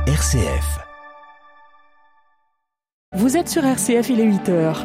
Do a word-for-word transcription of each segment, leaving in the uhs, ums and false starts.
R C F. Vous êtes sur R C F, il est huit heures.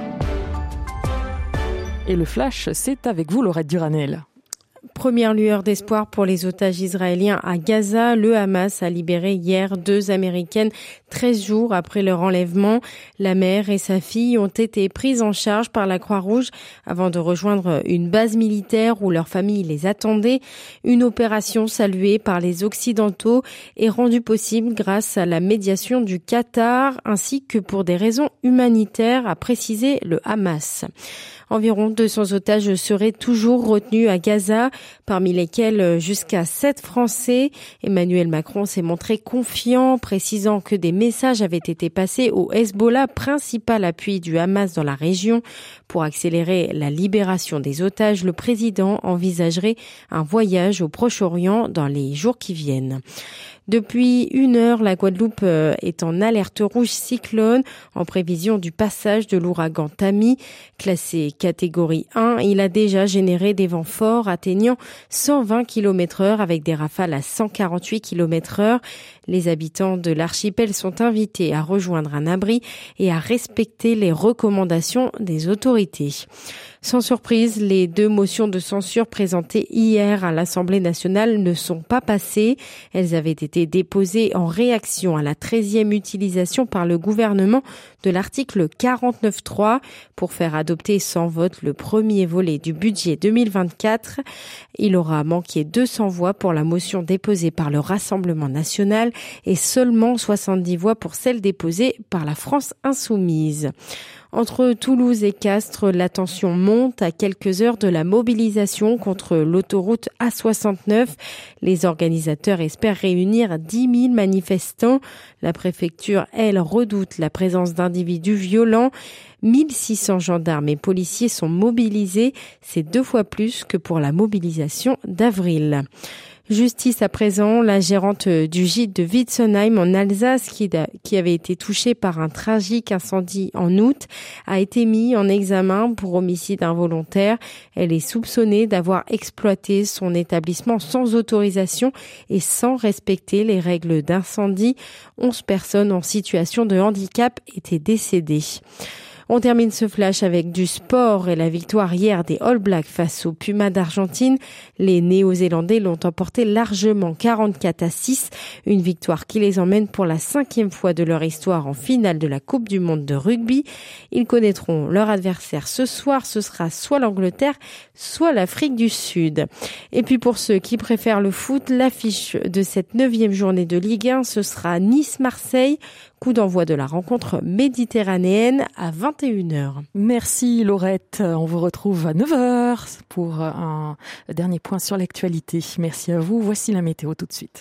Et le flash, c'est avec vous, Laurette Duranel. Première lueur d'espoir pour les otages israéliens à Gaza. Le Hamas a libéré hier deux Américaines treize jours après leur enlèvement. La mère et sa fille ont été prises en charge par la Croix-Rouge avant de rejoindre une base militaire où leur famille les attendait. Une opération saluée par les Occidentaux et rendue possible grâce à la médiation du Qatar ainsi que pour des raisons humanitaires, a précisé le Hamas. Environ deux cents otages seraient toujours retenus à Gaza, parmi lesquels jusqu'à sept Français. Emmanuel Macron s'est montré confiant, précisant que des messages avaient été passés au Hezbollah, principal appui du Hamas dans la région. Pour accélérer la libération des otages, le président envisagerait un voyage au Proche-Orient dans les jours qui viennent. Depuis une heure, la Guadeloupe est en alerte rouge cyclone en prévision du passage de l'ouragan Tammy. Classé catégorie un, il a déjà généré des vents forts atteignant cent vingt kilomètres heure avec des rafales à cent quarante-huit kilomètres heure. Les habitants de l'archipel sont invités à rejoindre un abri et à respecter les recommandations des autorités. Sans surprise, les deux motions de censure présentées hier à l'Assemblée nationale ne sont pas passées. Elles avaient été déposées en réaction à la treizième utilisation par le gouvernement de l'article quarante-neuf trois pour faire adopter sans vote le premier volet du budget deux mille vingt-quatre. Il aura manqué deux cents voix pour la motion déposée par le Rassemblement national et seulement soixante-dix voix pour celle déposée par la France insoumise. Entre Toulouse et Castres, la tension monte à quelques heures de la mobilisation contre l'autoroute A soixante-neuf. Les organisateurs espèrent réunir dix mille manifestants. La préfecture, elle, redoute la présence d'individus violents. mille six cents gendarmes et policiers sont mobilisés. C'est deux fois plus que pour la mobilisation d'avril. Justice à présent, la gérante du gîte de Witzenheim en Alsace, qui, qui avait été touchée par un tragique incendie en août, a été mise en examen pour homicide involontaire. Elle est soupçonnée d'avoir exploité son établissement sans autorisation et sans respecter les règles d'incendie. Onze personnes en situation de handicap étaient décédées. On termine ce flash avec du sport et la victoire hier des All Blacks face aux Pumas d'Argentine. Les Néo-Zélandais l'ont emporté largement quarante-quatre à six, une victoire qui les emmène pour la cinquième fois de leur histoire en finale de la Coupe du Monde de rugby. Ils connaîtront leur adversaire ce soir, ce sera soit l'Angleterre, soit l'Afrique du Sud. Et puis pour ceux qui préfèrent le foot, l'affiche de cette neuvième journée de Ligue un, ce sera Nice-Marseille. Coup d'envoi de la rencontre méditerranéenne à vingt et une heures. Merci Laurette. On vous retrouve à neuf heures pour un dernier point sur l'actualité. Merci à vous. Voici la météo tout de suite.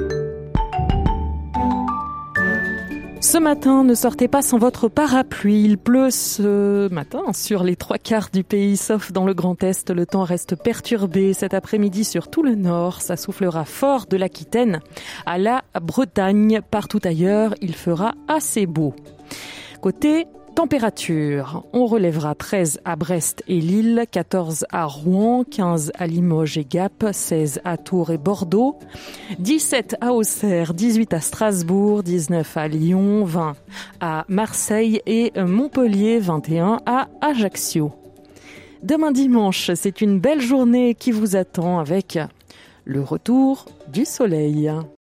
Ce matin, ne sortez pas sans votre parapluie. Il pleut ce matin sur les trois quarts du pays, sauf dans le Grand Est. Le temps reste perturbé cet après-midi sur tout le nord. Ça soufflera fort de l'Aquitaine à la Bretagne. Partout ailleurs, il fera assez beau. Côté température, on relèvera treize à Brest et Lille, quatorze à Rouen, quinze à Limoges et Gap, seize à Tours et Bordeaux, dix-sept à Auxerre, dix-huit à Strasbourg, dix-neuf à Lyon, vingt à Marseille et Montpellier, vingt et un à Ajaccio. Demain dimanche, c'est une belle journée qui vous attend avec le retour du soleil.